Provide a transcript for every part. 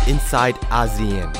inside ASEAN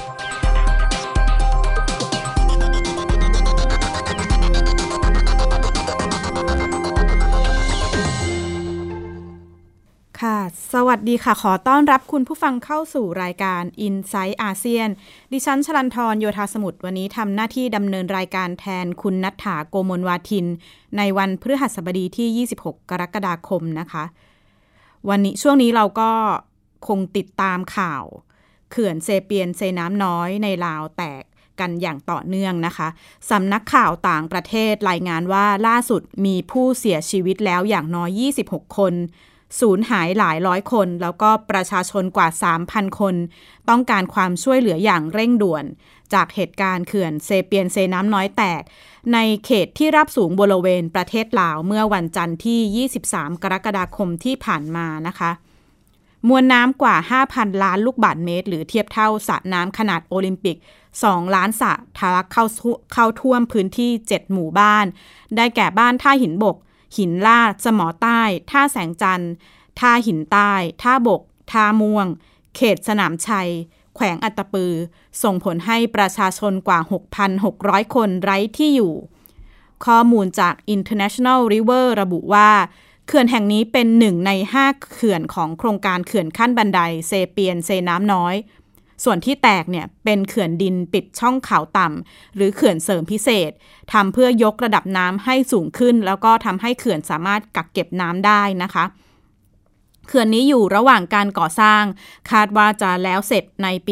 ค่ะสวัสดีค่ะขอต้อนรับคุณผู้ฟังเข้าสู่รายการ Inside ASEAN ดิฉันชลันทรโยธาสมุทรวันนี้ทำหน้าที่ดำเนินรายการแทนคุณณัฐฐาโกมลวาทินในวันพฤหัสบดีที่26กรกฎาคมนะคะวันนี้ช่วงนี้เราก็คงติดตามข่าวเขื่อนเซเปียนเซน้ำน้อยในลาวแตกกันอย่างต่อเนื่องนะคะสำนักข่าวต่างประเทศรายงานว่าล่าสุดมีผู้เสียชีวิตแล้วอย่างน้อย26คนสูญหายหลายร้อยคนแล้วก็ประชาชนกว่า 3,000 คนต้องการความช่วยเหลืออย่างเร่งด่วนจากเหตุการณ์เขื่อนเซเปียนเซน้ำน้อยแตกในเขตที่ราบสูงบริเวณประเทศลาวเมื่อวันจันทร์ที่23กรกฎาคมที่ผ่านมานะคะมวลน้ำกว่า 5,000 ล้านลูกบาศก์เมตรหรือเทียบเท่าสระน้ำขนาดโอลิมปิก2ล้านสระทะลักเข้าท่วมพื้นที่7หมู่บ้านได้แก่บ้านท่าหินบกหินลาดสมอใต้ท่าแสงจันทร์ท่าหินใต้ท่าบกท่าม่วงเขตสนามชัยแขวงอัตตปือส่งผลให้ประชาชนกว่า 6,600 คนไร้ที่อยู่ข้อมูลจาก International River ระบุว่าเขื่อนแห่งนี้เป็น1ใน5เขื่อนของโครงการเขื่อนขั้นบันไดเซเปียนเซน้ำน้อยส่วนที่แตกเนี่ยเป็นเขื่อนดินปิดช่องเขาต่ำหรือเขื่อนเสริมพิเศษทำเพื่อยกระดับน้ำให้สูงขึ้นแล้วก็ทำให้เขื่อนสามารถกักเก็บน้ำได้นะคะเขื่อนนี้อยู่ระหว่างการก่อสร้างคาดว่าจะแล้วเสร็จในปี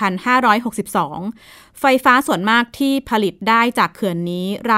2562 ไฟฟ้าส่วนมากที่ผลิตได้จากเขื่อนนี้ราว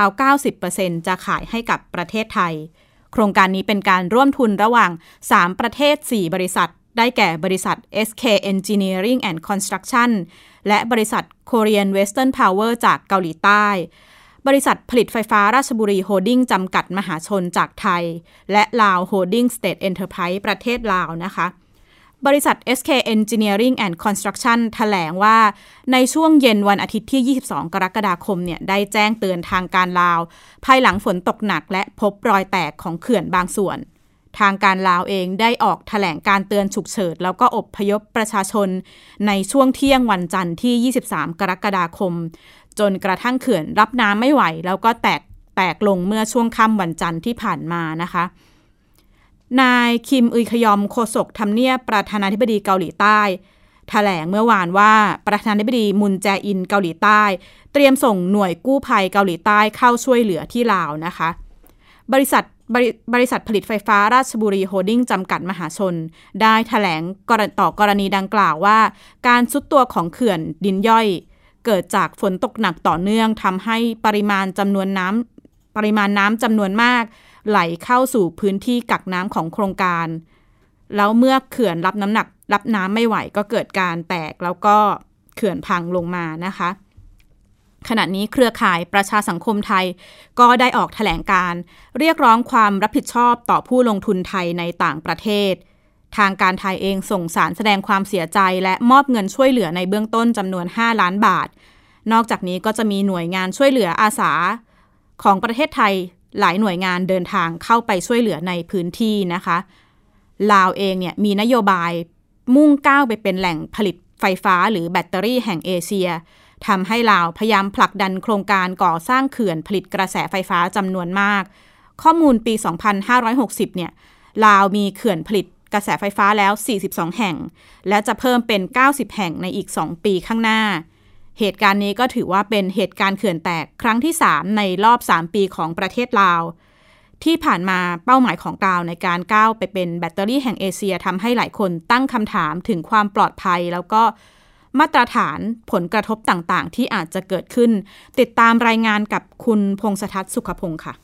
90% จะขายให้กับประเทศไทยโครงการนี้เป็นการร่วมทุนระหว่าง3ประเทศ4บริษัทได้แก่บริษัท SK Engineering and Construction และบริษัท Korean Western Power จากเกาหลีใต้บริษัทผลิตไฟฟ้าราชบุรีโฮลดิ้งจำกัดมหาชนจากไทยและลาวโฮลดิ้ง State Enterprise ประเทศลาวนะคะบริษัท SK Engineering and Construction แถลงว่าในช่วงเย็นวันอาทิตย์ที่22กรกฎาคมเนี่ยได้แจ้งเตือนทางการลาวภายหลังฝนตกหนักและพบรอยแตกของเขื่อนบางส่วนทางการลาวเองได้ออกแถลงการเตือนฉุกเฉินแล้วก็อพยพประชาชนในช่วงเที่ยงวันจันทร์ที่23กรกฎาคมจนกระทั่งเขื่อนรับน้ำไม่ไหวแล้วก็แตกลงเมื่อช่วงค่ำวันจันทร์ที่ผ่านมานะคะนายคิมอึยขยอมโฆษกทำเนียบประธานาธิบดีเกาหลีใต้แถลงเมื่อวานว่าประธานาธิบดีมุนแจอินเกาหลีใต้เตรียมส่งหน่วยกู้ภัยเกาหลีใต้เข้าช่วยเหลือที่ลาวนะคะบริษัทผลิตไฟฟ้าราชบุรีโฮลดิ้งจำกัดมหาชนได้แถลงต่อกรณีดังกล่าวว่าการทรุดตัวของเขื่อนดินย่อยเกิดจากฝนตกหนักต่อเนื่องทำให้ปริมาณน้ำจำนวนมากไหลเข้าสู่พื้นที่กักน้ำของโครงการแล้วเมื่อเขื่อนรับน้ำไม่ไหวก็เกิดการแตกแล้วก็เขื่อนพังลงมานะคะขณะนี้เครือข่ายประชาสังคมไทยก็ได้ออกแถลงการเรียกร้องความรับผิดชอบต่อผู้ลงทุนไทยในต่างประเทศทางการไทยเองส่งสารแสดงความเสียใจและมอบเงินช่วยเหลือในเบื้องต้นจำนวน5ล้านบาทนอกจากนี้ก็จะมีหน่วยงานช่วยเหลืออาสาของประเทศไทยหลายหน่วยงานเดินทางเข้าไปช่วยเหลือในพื้นที่นะคะลาวเองเนี่ยมีนโยบายมุ่งก้าวไปเป็นแหล่งผลิตไฟฟ้าหรือแบตเตอรี่แห่งเอเชียทำให้ลาวพยายามผลักดันโครงการก่อสร้างเขื่อนผลิตกระแสไฟฟ้าจำนวนมากข้อมูลปี 2560 เนี่ยลาวมีเขื่อนผลิตกระแสไฟฟ้าแล้ว42แห่งและจะเพิ่มเป็น90แห่งในอีก2ปีข้างหน้าเหตุการณ์นี้ก็ถือว่าเป็นเหตุการณ์เขื่อนแตกครั้งที่3ในรอบ3ปีของประเทศลาวที่ผ่านมาเป้าหมายของลาวในการก้าวไปเป็นแบตเตอรี่แห่งเอเชียทำให้หลายคนตั้งคำถามถึงความปลอดภัยแล้วก็มาตรฐานผลกระทบต่างๆที่อาจจะเกิดขึ้นติดตามรายงานกับคุณพงษ์สทัศน์สุขพงษ์ค่ะ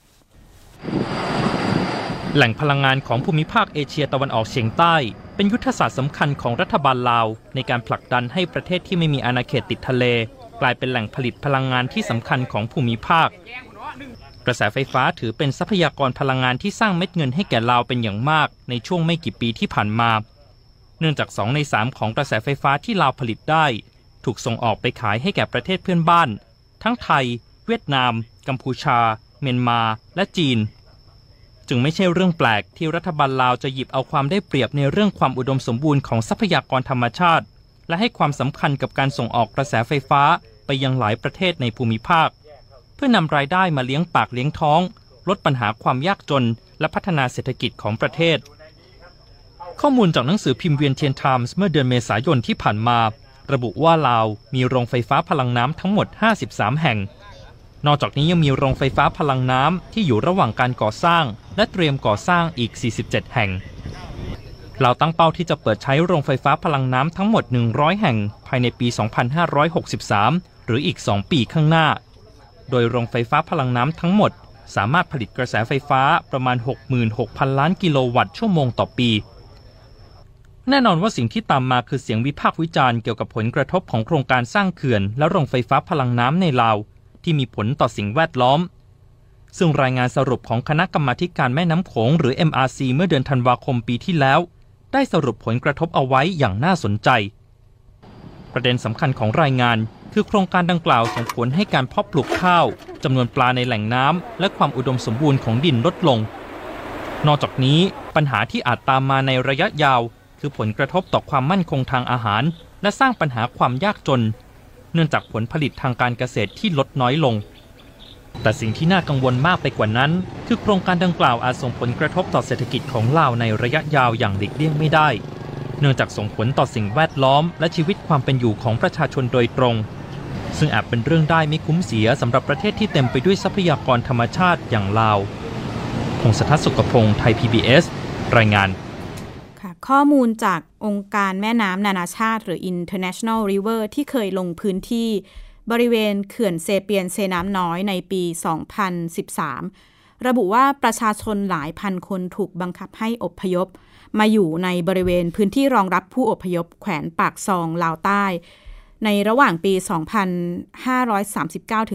แหล่งพลังงานของภูมิภาคเอเชียตะวันออกเฉียงใต้เป็นยุทธศาสตร์สำคัญของรัฐบาลลาวในการผลักดันให้ประเทศที่ไม่มีอาณาเขตติดทะเลกลายเป็นแหล่งผลิตพลังงานที่สำคัญของภูมิภาคกระแสไฟฟ้าถือเป็นทรัพยากรพลังงานที่สร้างเม็ดเงินให้แก่ลาวเป็นอย่างมากในช่วงไม่กี่ปีที่ผ่านมาเนื่องจาก2ใน3ของกระแสไฟฟ้าที่ลาวผลิตได้ถูกส่งออกไปขายให้แก่ประเทศเพื่อนบ้านทั้งไทยเวียดนามกัมพูชาเมียนมาและจีนจึงไม่ใช่เรื่องแปลกที่รัฐบาลลาวจะหยิบเอาความได้เปรียบในเรื่องความอุดมสมบูรณ์ของทรัพยากรธรรมชาติและให้ความสำคัญกับการส่งออกกระแสไฟฟ้าไปยังหลายประเทศในภูมิภาคเพื่อนำรายได้มาเลี้ยงปากเลี้ยงท้องลดปัญหาความยากจนและพัฒนาเศรษฐกิจของประเทศข้อมูลจากหนังสือพิมพ์เวียนเทียนไทมส์เมื่อเดือนเมษายนที่ผ่านมาระบุว่าลาวมีโรงไฟฟ้าพลังน้ำทั้งหมด53แห่งนอกจากนี้ยังมีโรงไฟฟ้าพลังน้ำที่อยู่ระหว่างการก่อสร้างและเตรียมก่อสร้างอีก47แห่งลาวตั้งเป้าที่จะเปิดใช้โรงไฟฟ้าพลังน้ำทั้งหมด100แห่งภายในปี2563หรืออีก2ปีข้างหน้าโดยโรงไฟฟ้าพลังน้ำทั้งหมดสามารถผลิตกระแสไฟฟ้าประมาณ 66,000 ล้านกิโลวัตต์ชั่วโมงต่อปีแน่นอนว่าสิ่งที่ตามมาคือเสียงวิพากษ์วิจารณ์เกี่ยวกับผลกระทบของโครงการสร้างเขื่อนและโรงไฟฟ้าพลังน้ำในลาวที่มีผลต่อสิ่งแวดล้อมซึ่งรายงานสรุปของคณะกรรมาการแม่น้ำโขงหรือ MRC เมื่อเดือนธันวาคมปีที่แล้วได้สรุปผลกระทบเอาไว้อย่างน่าสนใจประเด็นสำคัญของรายงานคือโครงการดังกล่าวส่งผลให้การเพาะปลูกข้าวจำนวนปลาในแหล่งน้ำและความอุดมสมบูรณ์ของดินลดลงนอกจากนี้ปัญหาที่อาจตามมาในระยะยาวคือผลกระทบต่อความมั่นคงทางอาหารและสร้างปัญหาความยากจนเนื่องจากผลผลิตทางการเกษตรที่ลดน้อยลงแต่สิ่งที่น่ากังวลมากไปกว่านั้นคือโครงการดังกล่าวอาจส่งผลกระทบต่อเศรษฐกิจของลาวในระยะยาวอย่างหลีกเลี่ยงไม่ได้เนื่องจากส่งผลต่อสิ่งแวดล้อมและชีวิตความเป็นอยู่ของประชาชนโดยตรงซึ่งอาจเป็นเรื่องได้ไม่คุ้มเสียสำหรับประเทศที่เต็มไปด้วยทรัพยากรธรรมชาติอย่างลาวพงศธร สุขพงษ์ไทย PBS รายงานข้อมูลจากองค์การแม่น้ำนานาชาติหรือ International River ที่เคยลงพื้นที่บริเวณเขื่อนเซเปียนเซน้ำน้อยในปี 2013 ระบุว่าประชาชนหลายพันคนถูกบังคับให้อพยพมาอยู่ในบริเวณพื้นที่รองรับผู้อพยพแขวนปากซองลาวใต้ในระหว่างปี 2539 ถึง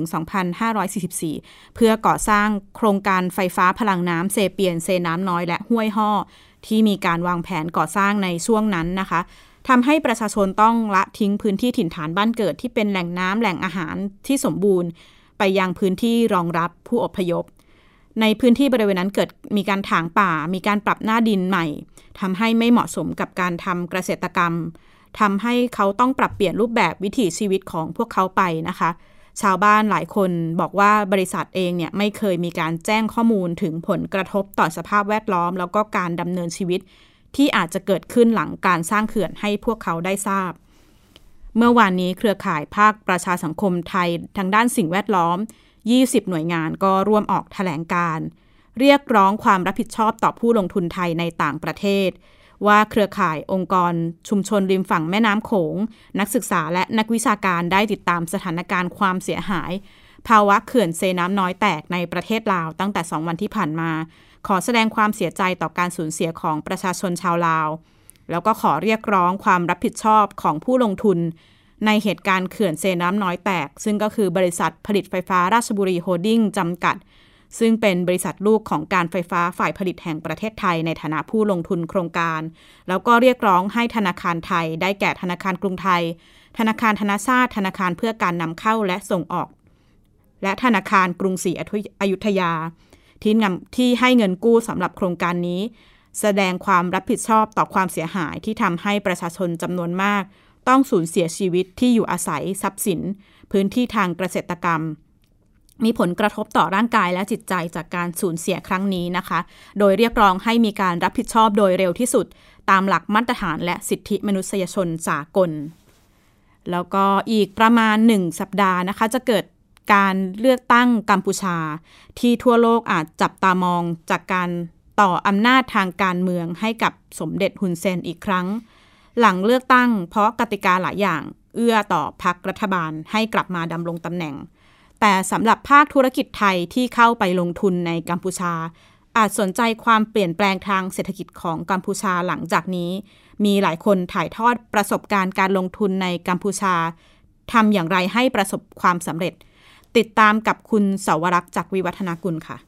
2544 เพื่อก่อสร้างโครงการไฟฟ้าพลังน้ำเซเปียนเซน้ำน้อยและห้วยฮ่อที่มีการวางแผนก่อสร้างในช่วงนั้นนะคะทำให้ประชาชนต้องละทิ้งพื้นที่ถิ่นฐานบ้านเกิดที่เป็นแหล่งน้ำแหล่งอาหารที่สมบูรณ์ไปยังพื้นที่รองรับผู้อพยพในพื้นที่บริเวณนั้นเกิดมีการถางป่ามีการปรับหน้าดินใหม่ทำให้ไม่เหมาะสมกับการทำเกษตรกรรมทำให้เขาต้องปรับเปลี่ยนรูปแบบวิถีชีวิตของพวกเขาไปนะคะชาวบ้านหลายคนบอกว่าบริษัทเองเนี่ยไม่เคยมีการแจ้งข้อมูลถึงผลกระทบต่อสภาพแวดล้อมแล้วก็การดำเนินชีวิตที่อาจจะเกิดขึ้นหลังการสร้างเขื่อนให้พวกเขาได้ทราบเมื่อวานนี้เครือข่ายภาคประชาสังคมไทยทางด้านสิ่งแวดล้อม20หน่วยงานก็ร่วมออกแถลงการเรียกร้องความรับผิดชอบต่อผู้ลงทุนไทยในต่างประเทศว่าเครือข่ายองค์กรชุมชนริมฝั่งแม่น้ำโขงนักศึกษาและนักวิชาการได้ติดตามสถานการณ์ความเสียหายภาวะเขื่อนเซน้ำน้อยแตกในประเทศลาวตั้งแต่2 วันที่ผ่านมาขอแสดงความเสียใจต่อการสูญเสียของประชาชนชาวลาวแล้วก็ขอเรียกร้องความรับผิดชอบของผู้ลงทุนในเหตุการณ์เขื่อนเซน้ำน้อยแตกซึ่งก็คือบริษัทผลิตไฟฟ้าราชบุรีโฮลดิ้งจำกัดซึ่งเป็นบริษัทลูกของการไฟฟ้าฝ่ายผลิตแห่งประเทศไทยในฐานะผู้ลงทุนโครงการแล้วก็เรียกร้องให้ธนาคารไทยได้แก่ธนาคารกรุงไทยธนาคารธนชาติธนาคารเพื่อการนำเข้าและส่งออกและธนาคารกรุงศรีอยุธยาที่ให้เงินกู้สำหรับโครงการนี้แสดงความรับผิดชอบต่อความเสียหายที่ทำให้ประชาชนจำนวนมากต้องสูญเสียชีวิตที่อยู่อาศัยทรัพย์สินพื้นที่ทางเกษตรกรรมมีผลกระทบต่อร่างกายและจิตใจจากการสูญเสียครั้งนี้นะคะโดยเรียกร้องให้มีการรับผิดชอบโดยเร็วที่สุดตามหลักมาตรฐานและสิทธิมนุษยชนสากลแล้วก็อีกประมาณ1 สัปดาห์นะคะจะเกิดการเลือกตั้งกัมพูชาที่ทั่วโลกอาจจับตามองจากการต่ออำนาจทางการเมืองให้กับสมเด็จฮุนเซนอีกครั้งหลังเลือกตั้งเพราะกติกาหลายอย่างเอื้อต่อพรรครัฐบาลให้กลับมาดำรงตำแหน่งแต่สำหรับภาคธุรกิจไทยที่เข้าไปลงทุนในกัมพูชาอาจสนใจความเปลี่ยนแปลงทางเศรษฐกิจของกัมพูชาหลังจากนี้มีหลายคนถ่ายทอดประสบการณ์การลงทุนในกัมพูชาทำอย่างไรให้ประสบความสำเร็จติดตามกับคุณเสาวรักษ์จากวิวัฒนากุลค่ะ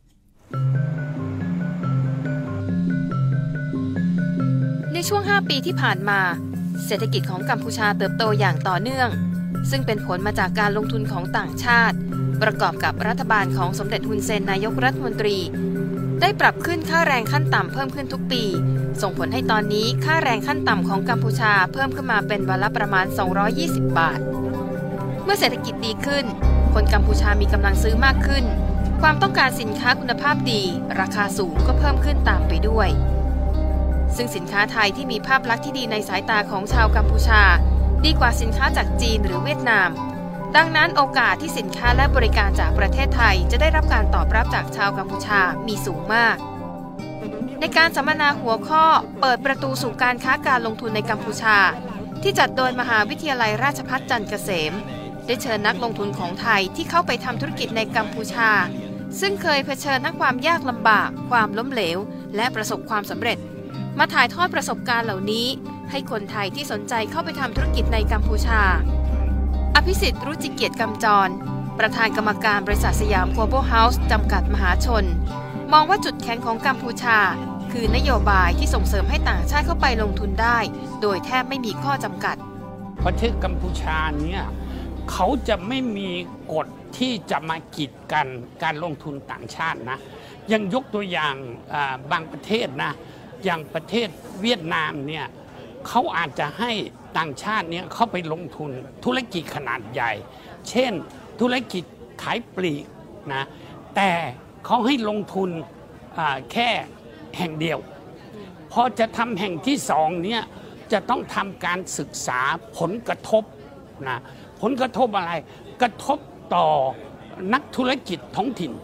ในช่วง5 ปีที่ผ่านมาเศรษฐกิจของกัมพูชาเติบโตอย่างต่อเนื่องซึ่งเป็นผลมาจากการลงทุนของต่างชาติประกอบกับรัฐบาลของสมเด็จฮุนเซนนายกรัฐมนตรีได้ปรับขึ้นค่าแรงขั้นต่ำเพิ่มขึ้นทุกปีส่งผลให้ตอนนี้ค่าแรงขั้นต่ำของกัมพูชาเพิ่มขึ้นมาเป็นวันละประมาณ220 บาทเมื่อเศรษฐกิจดีขึ้นคนกัมพูชามีกำลังซื้อมากขึ้นความต้องการสินค้าคุณภาพดีราคาสูงก็เพิ่มขึ้นตามไปด้วยซึ่งสินค้าไทยที่มีภาพลักษณ์ที่ดีในสายตาของชาวกัมพูชาดีกว่าสินค้าจากจีนหรือเวียดนามดังนั้นโอกาสที่สินค้าและบริการจากประเทศไทยจะได้รับการตอบรับจากชาวกัมพูชามีสูงมากในการสัมมนาหัวข้อเปิดประตูสู่การค้าการลงทุนในกัมพูชาที่จัดโดยมหาวิทยาลัยราชภัฏจันทร์เกษมได้เชิญนักลงทุนของไทยที่เข้าไปทำธุรกิจในกัมพูชาซึ่งเคยเผชิญทั้งความยากลำบากความล้มเหลวและประสบความสำเร็จมาถ่ายทอดประสบการณ์เหล่านี้ให้คนไทยที่สนใจเข้าไปทำธุรกิจในกัมพูชาอภิสิทธิ์รุจิเกียรติกำจรประธานกรรมการบริษัทสยาม Global House จำกัดมหาชนมองว่าจุดแข็งของกัมพูชาคือนโยบายที่ส่งเสริมให้ต่างชาติเข้าไปลงทุนได้โดยแทบไม่มีข้อจำกัดประเทศกัมพูชาเนี่ยเขาจะไม่มีกฎที่จะมากีดกันการลงทุนต่างชาตินะยังยกตัวอย่างบางประเทศนะอย่างประเทศเวียดนามเนี่ยเขาอาจจะให้ต่างชาติเนี่ยเข้าไปลงทุนธุรกิจขนาดใหญ่เช่นธุรกิจขายปลีกนะแต่เขาให้ลงทุนแค่แห่งเดียวพอจะทำแห่งที่สองเนี่ยจะต้องทำการศึกษาผลกระทบนะผลกระทบอะไรกระทบต่อนักธุรกิจท้องถิ่น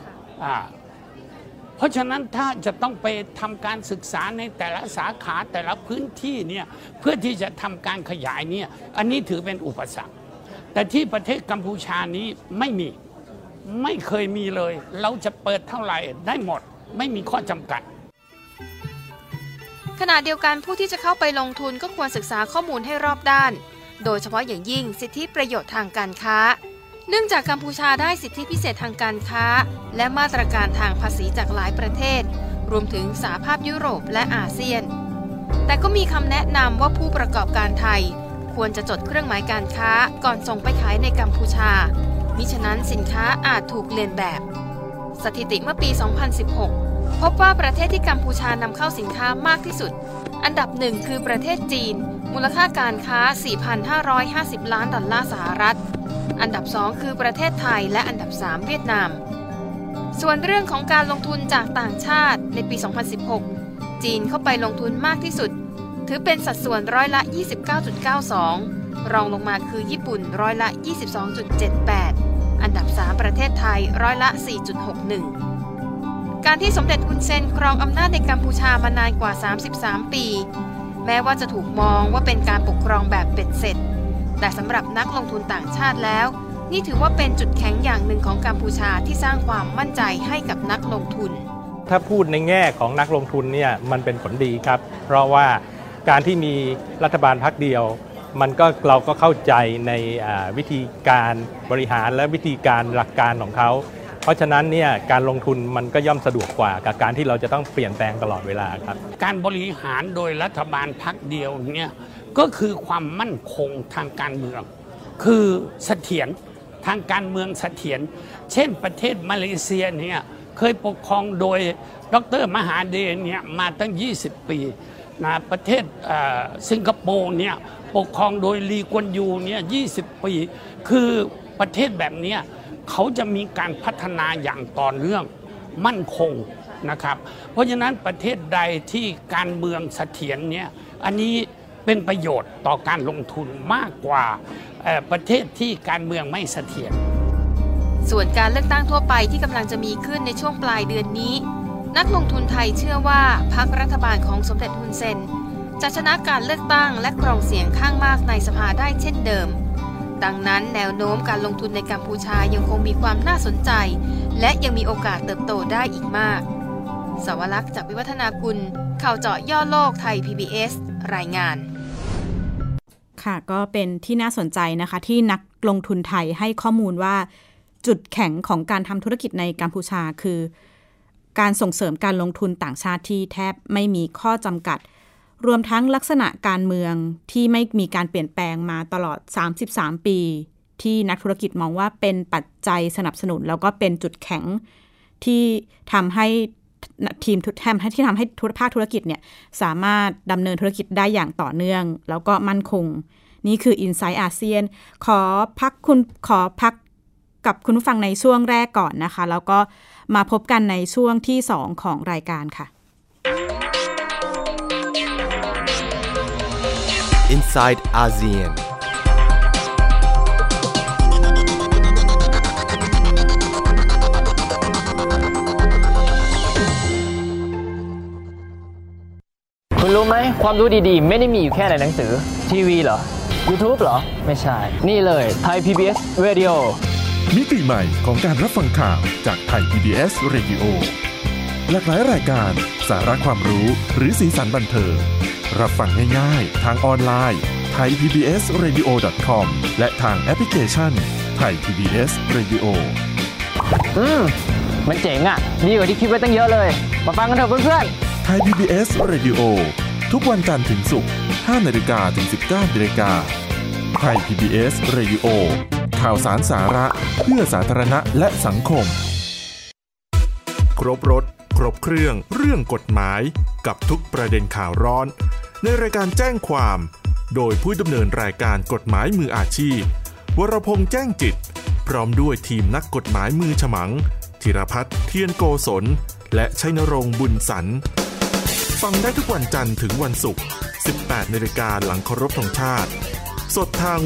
เพราะฉะนั้นถ้าจะต้องไปทำการศึกษาในแต่ละสาขาแต่ละพื้นที่เนี่ยเพื่อที่จะทำการขยายเนี่ยอันนี้ถือเป็นอุปสรรคแต่ที่ประเทศกัมพูชานี้ไม่เคยมีเลยเราจะเปิดเท่าไหร่ได้หมดไม่มีข้อจำกัดขณะเดียวกันผู้ที่จะเข้าไปลงทุนก็ควรศึกษาข้อมูลให้รอบด้านโดยเฉพาะอย่างยิ่งสิทธิประโยชน์ทางการค้าเนื่องจากกัมพูชาได้สิทธิพิเศษทางการค้าและมาตรการทางภาษีจากหลายประเทศรวมถึงสหภาพยุโรปและอาเซียนแต่ก็มีคำแนะนำว่าผู้ประกอบการไทยควรจะจดเครื่องหมายการค้าก่อนส่งไปขายในกัมพูชามิฉะนั้นสินค้าอาจถูกเลียนแบบสถิติเมื่อปี 2016 พบว่าประเทศที่กัมพูชานำเข้าสินค้ามากที่สุดอันดับหนึ่งคือประเทศจีนมูลค่าการค้า 4,550 ล้านดอลลาร์สหรัฐอันดับ2คือประเทศไทยและอันดับ3เวียดนามส่วนเรื่องของการลงทุนจากต่างชาติในปี 2016 จีนเข้าไปลงทุนมากที่สุดถือเป็นสัดส่วนร้อยละ 29.92 รองลงมาคือญี่ปุ่นร้อยละ 22.78 อันดับ3ประเทศไทยร้อยละ 4.61 การที่สมเด็จฮุนเซนครองอำนาจในกัมพูชามานานกว่า33ปีแม้ว่าจะถูกมองว่าเป็นการปกครองแบบเบ็ดเสร็จแต่สำหรับนักลงทุนต่างชาติแล้วนี่ถือว่าเป็นจุดแข็งอย่างหนึ่งของกัมพูชาที่สร้างความมั่นใจให้กับนักลงทุนถ้าพูดในแง่ของนักลงทุนเนี่ยมันเป็นผลดีครับเพราะว่าการที่มีรัฐบาลพรรคเดียวเราก็เข้าใจในวิธีการบริหารและวิธีการหลักการของเขาเพราะฉะนั้นเนี่ยการลงทุนมันก็ย่อมสะดวกกว่ากับการที่เราจะต้องเปลี่ยนแปลงตลอดเวลาครับการบริหารโดยรัฐบาลพรรคเดียวเนี่ยก็คือความมั่นคงทางการเมืองคือเสถียรทางการเมืองเสถียรเช่นประเทศมาเลเซียเนี่ยเคยปกครองโดยดร.มหาเดชเนี่ยมาตั้ง20 ปีนะประเทศสิงคโปร์เนี่ยปกครองโดยลีกวนยูเนี่ย20 ปีคือประเทศแบบนี้เขาจะมีการพัฒนาอย่างต่อเนื่องมั่นคงนะครับเพราะฉะนั้นประเทศใดที่การเมืองเสถียรเนี่ยอันนี้เป็นประโยชน์ต่อการลงทุนมากกว่าประเทศที่การเมืองไม่เสถียรส่วนการเลือกตั้งทั่วไปที่กำลังจะมีขึ้นในช่วงปลายเดือนนี้นักลงทุนไทยเชื่อว่าพรรครัฐบาลของสมเด็จฮุนเซนจะชนะการเลือกตั้งและครองเสียงข้างมากในสภาได้เช่นเดิมดังนั้นแนวโน้มการลงทุนในกัมพูชายังคงมีความน่าสนใจและยังมีโอกาสเติบโตได้อีกมากสวรักษ์จากวิวัฒนากุลข่าวเจาะย่อโลกไทย PBS รายงานค่ะก็เป็นที่น่าสนใจนะคะที่นักลงทุนไทยให้ข้อมูลว่าจุดแข็งของการทำธุรกิจในกัมพูชาคือการส่งเสริมการลงทุนต่างชาติที่แทบไม่มีข้อจำกัดรวมทั้งลักษณะการเมืองที่ไม่มีการเปลี่ยนแปลงมาตลอด33ปีที่นักธุรกิจมองว่าเป็นปัจจัยสนับสนุนแล้วก็เป็นจุดแข็งที่ทำให้ทีมที่ทำให้ภาคธุรกิจเนี่ยสามารถดำเนินธุรกิจได้อย่างต่อเนื่องแล้วก็มั่นคงนี่คือ Inside ASEAN ขอพักกับคุณผู้ฟังในช่วงแรกก่อนนะคะแล้วก็มาพบกันในช่วงที่2ของรายการค่ะ Inside ASEAN คุณรู้ไหมความรู้ดีๆไม่ได้มีอยู่แค่ในหนังสือทีวีเหรอ YouTube เหรอไม่ใช่นี่เลยไทย PBS Radio มิติใหม่ของการรับฟังข่าวจากไทย PBS Radio หลากหลายรายการสาระความรู้หรือสีสันบันเทิงรับฟังง่ายๆทางออนไลน์ thaipbsradio.com และทางแอปพลิเคชัน Thai PBS Radio มันเจ๋งอ่ะดีกว่าที่คิดไว้ตั้งเยอะเลยมาฟังกันเถอะเพื่อนๆ Thai PBS Radio ทุกวันจันทร์ถึงศุกร์ 5 นาฬิกาถึง 19 นาฬิกา Thai PBS Radio ข่าวสารสาระเพื่อสาธารณะและสังคมครบรสครบเครื่องเรื่องกฎหมายกับทุกประเด็นข่าวร้อนในรายการแจ้งความโดยผู้ดำเนินรายการกฎหมายมืออาชีพวรพงษ์แจ้งจิตพร้อมด้วยทีมนักกฎหมายมือฉมังธีรพัฒน์เทียนโกศลและชัยนรงค์บุญสรรฟังได้ทุกวันจันทร์ถึงวันศุกร์ 18 นาฬิกาหลังเคารพธงชาติสดทาง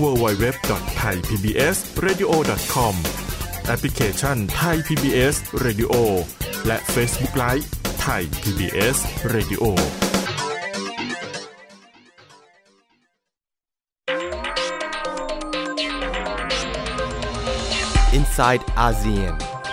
www.thaipbsradio.com แอปพลิเคชัน Thai PBS Radio และ Facebook Live Thai PBS Radio Inside ASEAN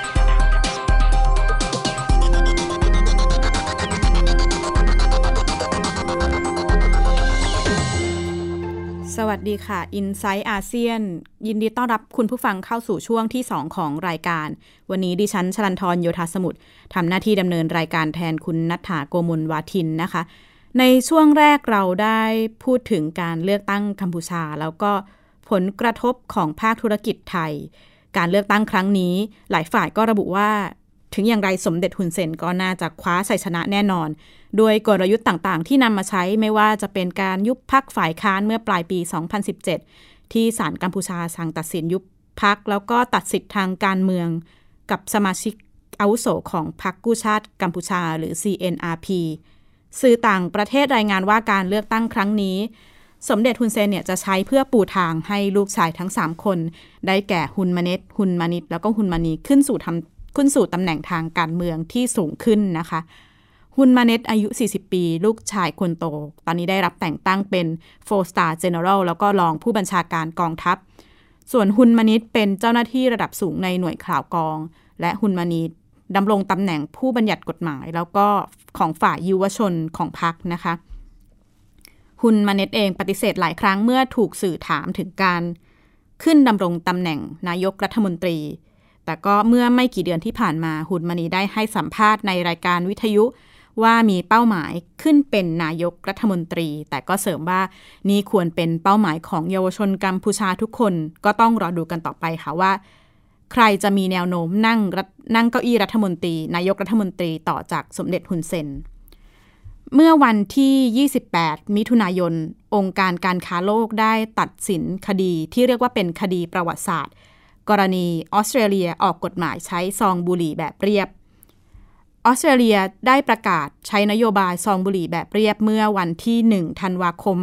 สวัสดีค่ะ Inside ASEAN ยินดีต้อนรับคุณผู้ฟังเข้าสู่ช่วงที่2ของรายการวันนี้ดิฉันชลันทรโยธาสมุทรทำหน้าที่ดำเนินรายการแทนคุณณัฐฐา โกมลวาทินนะคะในช่วงแรกเราได้พูดถึงการเลือกตั้งกัมพูชาแล้วก็ผลกระทบของภาคธุรกิจไทยการเลือกตั้งครั้งนี้หลายฝ่ายก็ระบุว่าถึงอย่างไรสมเด็จฮุนเซนก็น่าจะคว้าชัยชนะแน่นอนโดยกลยุทธ์ต่างๆที่นำมาใช้ไม่ว่าจะเป็นการยุบพรรคฝ่ายค้านเมื่อปลายปี 2017 ที่ศาลกัมพูชาสั่งตัดสินยุบพรรคแล้วก็ตัดสิทธิ์ทางการเมืองกับสมาชิกอาวุโสของพรรคกู้ชาติกัมพูชาหรือ CNRP สื่อต่างประเทศรายงานว่าการเลือกตั้งครั้งนี้สมเด็จฮุนเซนเนี่ยจะใช้เพื่อปูทางให้ลูกชายทั้ง3คนได้แก่ฮุนมาเน็ตฮุนมานิตแล้วก็ฮุนมานีขึ้นสู่ตำแหน่งทางการเมืองที่สูงขึ้นนะคะฮุนมาเน็ตอายุ 40 ปีลูกชายคนโตตอนนี้ได้รับแต่งตั้งเป็น 4 Star General แล้วก็รองผู้บัญชาการกองทัพส่วนฮุนมานิตเป็นเจ้าหน้าที่ระดับสูงในหน่วยข่าวกองและฮุนมานีดำรงตำแหน่งผู้บัญญัติกฎหมายแล้วก็ของฝ่ายยุวชนของพรรคนะคะฮุนมาเน็ตเองปฏิเสธหลายครั้งเมื่อถูกสื่อถามถึงการขึ้นดำรงตำแหน่งนายกรัฐมนตรีแต่ก็เมื่อไม่กี่เดือนที่ผ่านมาฮุนมานีได้ให้สัมภาษณ์ในรายการวิทยุว่ามีเป้าหมายขึ้นเป็นนายกรัฐมนตรีแต่ก็เสริมว่านี่ควรเป็นเป้าหมายของเยาวชนกัมพูชาทุกคนก็ต้องรอดูกันต่อไปค่ะว่าใครจะมีแนวโน้มนั่งเก้าอี้รัฐมนตรีนายกรัฐมนตรีต่อจากสมเด็จฮุนเซนเมื่อวันที่28มิถุนายนองค์การการค้าโลกได้ตัดสินคดีที่เรียกว่าเป็นคดีประวัติศาสตร์กรณีออสเตรเลียออกกฎหมายใช้ซองบุหรี่แบบเรียบออสเตรเลียได้ประกาศใช้นโยบายซองบุหรี่แบบเรียบเมื่อวันที่1ธันวาคม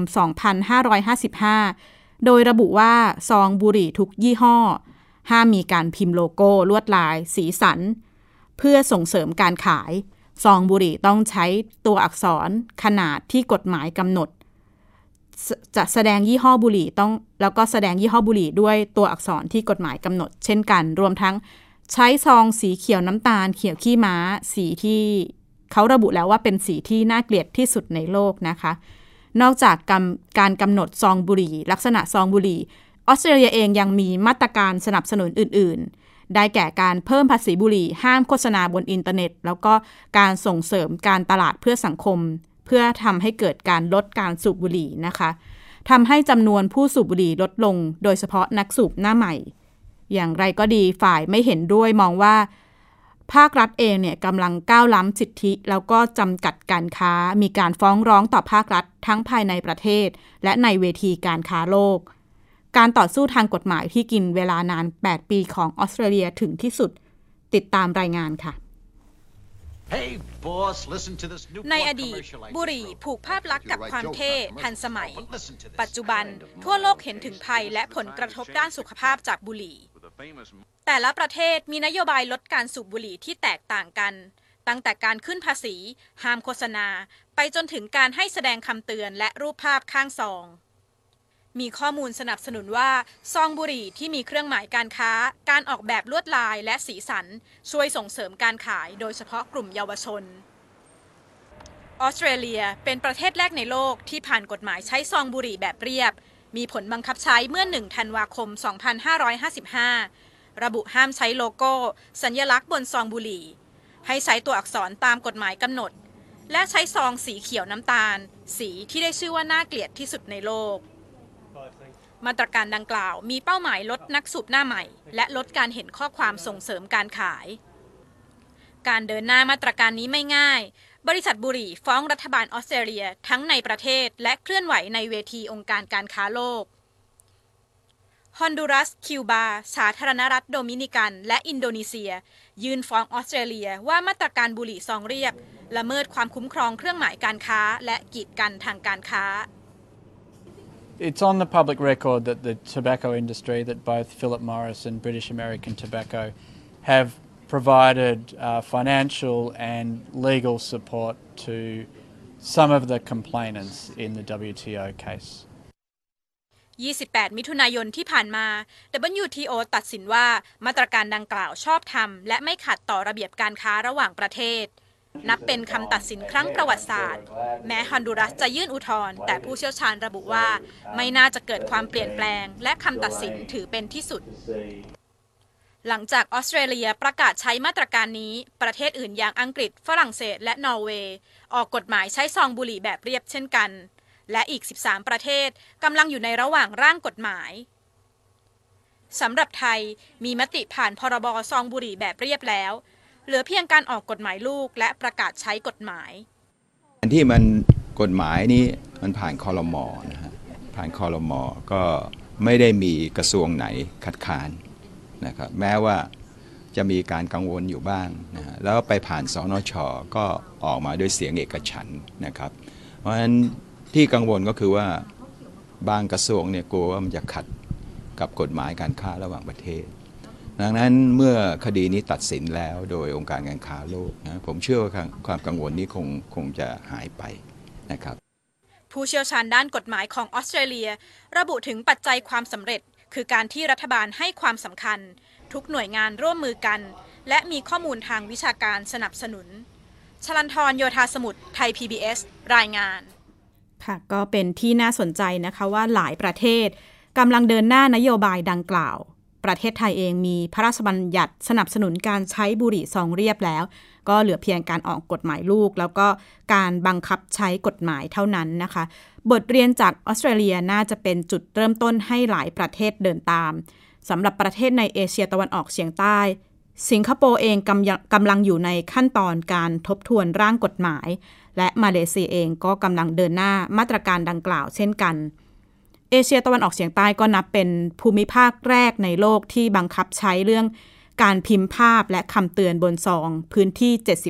2555โดยระบุว่าซองบุหรี่ทุกยี่ห้อห้ามมีการพิมพ์โลโก้ลวดลายสีสันเพื่อส่งเสริมการขายซองบุหรี่ต้องใช้ตัวอักษรขนาดที่กฎหมายกำหนดจะแสดงยี่ห้อบุหรี่แล้วก็แสดงยี่ห้อบุหรี่ด้วยตัวอักษรที่กฎหมายกำหนดเช่นกันรวมทั้งใช้ซองสีเขียวน้ำตาลเขียวขี้ม้าสีที่เขาระบุแล้วว่าเป็นสีที่น่าเกลียดที่สุดในโลกนะคะนอกจากการกำหนดซองบุหรี่ลักษณะซองบุหรี่ออสเตรเลียเองยังมีมาตรการสนับสนุนอื่นๆได้แก่การเพิ่มภาษีบุหรี่ห้ามโฆษณาบนอินเทอร์เน็ตแล้วก็การส่งเสริมการตลาดเพื่อสังคมเพื่อทำให้เกิดการลดการสูบบุหรี่นะคะทำให้จำนวนผู้สูบบุหรี่ลดลงโดยเฉพาะนักสูบหน้าใหม่อย่างไรก็ดีฝ่ายไม่เห็นด้วยมองว่าภาครัฐเองเนี่ยกำลังก้าวล้ำสิทธิแล้วก็จำกัดการค้ามีการฟ้องร้องต่อภาครัฐทั้งภายในประเทศและในเวทีการค้าโลกการต่อสู้ทางกฎหมายที่กินเวลานาน8ปีของออสเตรเลียถึงที่สุดติดตามรายงานค่ะในอดีตบุหรี่ผูกภาพลักษณ์กับความเท่ทันสมัยปัจจุบันทั่วโลกเห็นถึงภัยและผลกระทบด้านสุขภาพจากบุหรี่แต่ละประเทศมีนโยบายลดการสูบบุหรี่ที่แตกต่างกันตั้งแต่การขึ้นภาษีห้ามโฆษณาไปจนถึงการให้แสดงคำเตือนและรูปภาพข้างซองมีข้อมูลสนับสนุนว่าซองบุหรี่ที่มีเครื่องหมายการค้าการออกแบบลวดลายและสีสันช่วยส่งเสริมการขายโดยเฉพาะกลุ่มเยาวชนออสเตรเลียเป็นประเทศแรกในโลกที่ผ่านกฎหมายใช้ซองบุหรี่แบบเรียบมีผลบังคับใช้เมื่อ1ธันวาคม2555ระบุห้ามใช้โลโก้สัญลักษณ์บนซองบุหรี่ให้ใช้ตัวอักษรตามกฎหมายกำหนดและใช้ซองสีเขียวน้ำตาลสีที่ได้ชื่อว่าน่าเกลียดที่สุดในโลกมาตรการดังกล่าวมีเป้าหมายลดนักสูบหน้าใหม่และลดการเห็นข้อความส่งเสริมการขายการเดินหน้ามาตรการนี้ไม่ง่ายบริษัทบุหรี่ฟ้องรัฐบาลออสเตรเลียทั้งในประเทศและเคลื่อนไหวในเวทีองค์การการค้าโลกฮอนดูรัสคิวบาสาธารณรัฐโดมินิกันและอินโดนีเซียยื่นฟ้องออสเตรเลียว่ามาตรการบุหรี่ซองเรียบละเมิดความคุ้มครองเครื่องหมายการค้าและกีดกันทางการค้า It's on the public record that the tobacco industry, that both Philip Morris and British American Tobacco have provided financial and legal support to some of the complainants in the WTO case. 28 มิถุนายนที่ผ่านมา WTO ตัดสินว่ามาตรการดังกล่าวชอบธรรมและไม่ขัดต่อระเบียบการค้าระหว่างประเทศนับเป็นคำตัดสินครั้งประวัติศาสตร์แม้ฮอนดูรัสจะยื่นอุทธรณ์แต่ผู้เชี่ยวชาญระบุว่าไม่น่าจะเกิดความเปลี่ยนแปลงและคำตัดสินถือเป็นที่สุดหลังจากออสเตรเลียประกาศใช้มาตรการนี้ประเทศอื่นอย่างอังกฤษฝรั่งเศสและนอร์เวย์ออกกฎหมายใช้ซองบุหรี่แบบเรียบเช่นกันและอีก13ประเทศกำลังอยู่ในระหว่างร่างกฎหมายสำหรับไทยมีมติผ่านพรบซองบุหรี่แบบเรียบแล้วเหลือเพียงการออกกฎหมายลูกและประกาศใช้กฎหมายอันที่มันกฎหมายนี้มันผ่านครม.นะฮะผ่านครม.ก็ไม่ได้มีกระทรวงไหนคัดค้านนะครับแม้ว่าจะมีการกังวลอยู่บ้างนะฮะแล้วไปผ่านสนช.ก็ออกมาด้วยเสียงเอกฉันท์นะครับเพราะฉะนั้นที่กังวลก็คือว่าบางกระทรวงเนี่ยกลัวว่ามันจะขัดกับกฎหมายการค้าระหว่างประเทศดังนั้นเมื่อคดีนี้ตัดสินแล้วโดยองค์การการค้าโลกนะผมเชื่อว่าความกังวลนี้คงจะหายไปนะครับผู้เชี่ยวชาญด้านกฎหมายของออสเตรเลียระบุถึงปัจจัยความสำเร็จคือการที่รัฐบาลให้ความสำคัญทุกหน่วยงานร่วมมือกันและมีข้อมูลทางวิชาการสนับสนุนชลันทรโยธาสมุทรไทย PBS รายงานค่ะก็เป็นที่น่าสนใจนะคะว่าหลายประเทศกำลังเดินหน้านโยบายดังกล่าวประเทศไทยเองมีพระราชบัญญัติสนับสนุนการใช้บุหรี่ซองเรียบแล้วก็เหลือเพียงการออกกฎหมายลูกแล้วก็การบังคับใช้กฎหมายเท่านั้นนะคะบทเรียนจากออสเตรเลียน่าจะเป็นจุดเริ่มต้นให้หลายประเทศเดินตามสำหรับประเทศในเอเชียตะวันออกเฉียงใต้สิงคโปร์เองกำลังอยู่ในขั้นตอนการทบทวนร่างกฎหมายและมาเลเซียเองก็กำลังเดินหน้ามาตรการดังกล่าวเช่นกันเอเชียตะวันออกเฉียงใต้ก็นับเป็นภูมิภาคแรกในโลกที่บังคับใช้เรื่องการพิมพ์ภาพและคำเตือนบนซองพื้นที่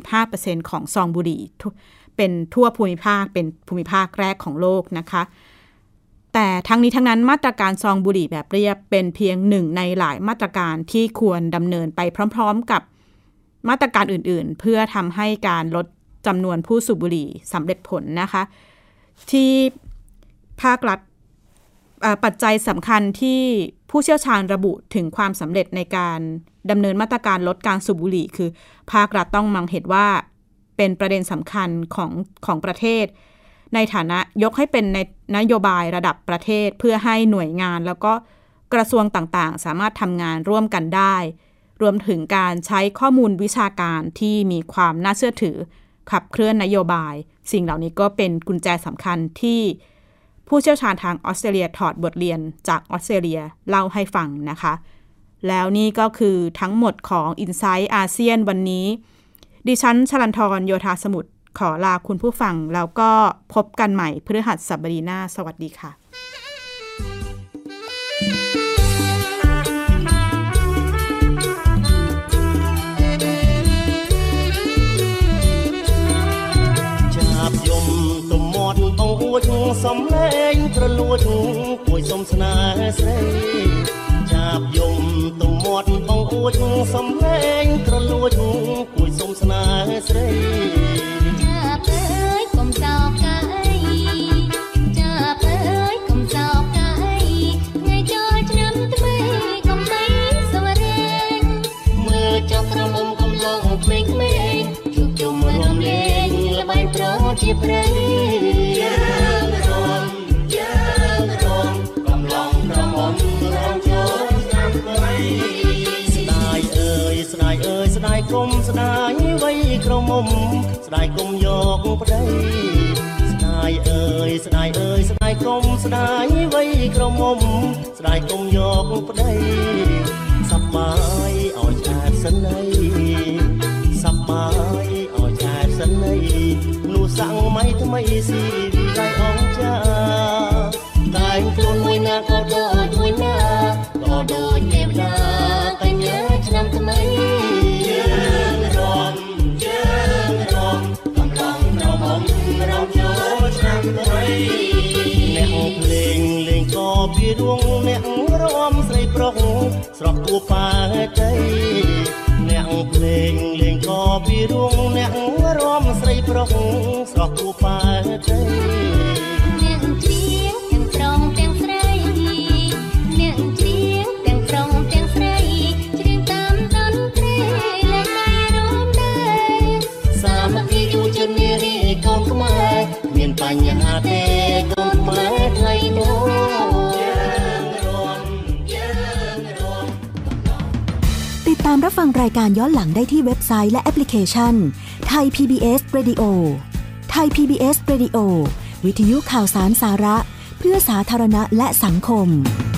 75% ของซองบุหรี่เป็นทั่วภูมิภาคเป็นภูมิภาคแรกของโลกนะคะแต่ทั้งนี้ทั้งนั้นมาตรการซองบุหรี่แบบเรียบเป็นเพียงหนึ่งในหลายมาตรการที่ควรดำเนินไปพร้อมๆกับมาตรการอื่นๆเพื่อทำให้การลดจำนวนผู้สูบบุหรี่สำเร็จผลนะคะที่ภาครัฐปัจจัยสำคัญที่ผู้เชี่ยวชาญระบุถึงความสำเร็จในการดำเนินมาตรการลดการสูบบุหรี่คือภาครัฐต้องมองเห็นว่าเป็นประเด็นสำคัญของประเทศในฐานะยกให้เป็นในนโยบายระดับประเทศเพื่อให้หน่วยงานแล้วก็กระทรวงต่างๆสามารถทำงานร่วมกันได้รวมถึงการใช้ข้อมูลวิชาการที่มีความน่าเชื่อถือขับเคลื่อนนโยบายสิ่งเหล่านี้ก็เป็นกุญแจสำคัญที่ผู้เชี่ยวชาญทางออสเตรเลียถอดบทเรียนจากออสเตรเลียเล่าให้ฟังนะคะแล้วนี่ก็คือทั้งหมดของ Inside อาเซียนวันนี้ดิฉันชลันธรโยธาสมุทรขอลาคุณผู้ฟังแล้วก็พบกันใหม่พฤหัสบดีหน้าสวัสดีค่ะจับยมตุ่มหมดต้องอวดสมเลงกระลวดป่วยสมสนาเสยจับยมตุ่มหมดต้องอวดสมเลงกระลวดป่วยสมสนาเสยจับเอ้ยกลมสอบกายจับเอ้ยกลมสอบกายไงจอดน้ำทำไมกลมไม่สวรรค์เมื่อจับกระมุมกำลังเพลงเมฆจุกจุ่มรวมเลงละใบโปรดจีบเรยยังรวมกำลังกระมุมร้องโจดน้ำไว้สดายเอ้ยสดายเอ้ยสดายกลมสดายไว้กระมุมสดายกลมโยกปะได้สดายเอ้ยสดายเอ้ยสดายกลมสดายไว้กระมุมสดายกลมโยกปะได้สบายเอาชาติสนัยสบายเอาชาติสนัยหนูสั่งไหมทำไมสิวิไลอ่องจ้าตายโดนมวยหน้าก็โดนมวยหน้าก็โดนเก็บดาไปเยอะจะนำทำไมยังรอกำลังเรามองเราโยชนำทำไมแนวเพลงเล่งก็พี่ดวงแนวร้อมใส่ปรองสระกูป่าใจแนวเพลงเล่งก็พี่ดวงแนวร้อมใส่ปรองสระกูป่าใจเนียงเจียงเตียงตรงเตียงใสเนียงเจียงเตียงตรงเตียงใสเจียงตามดนตรีและในร้องได้สามัคคีอยู่จนเนียรีกองขมายเมียนปัญญาเตกองขมายไทยโตติดตามรับฟังรายการย้อนหลังได้ที่เว็บไซต์และแอปพลิเคชัน Thai PBS Radio Thai PBS Radio วิทยุข่าวสารสาระเพื่อสาธารณะและสังคม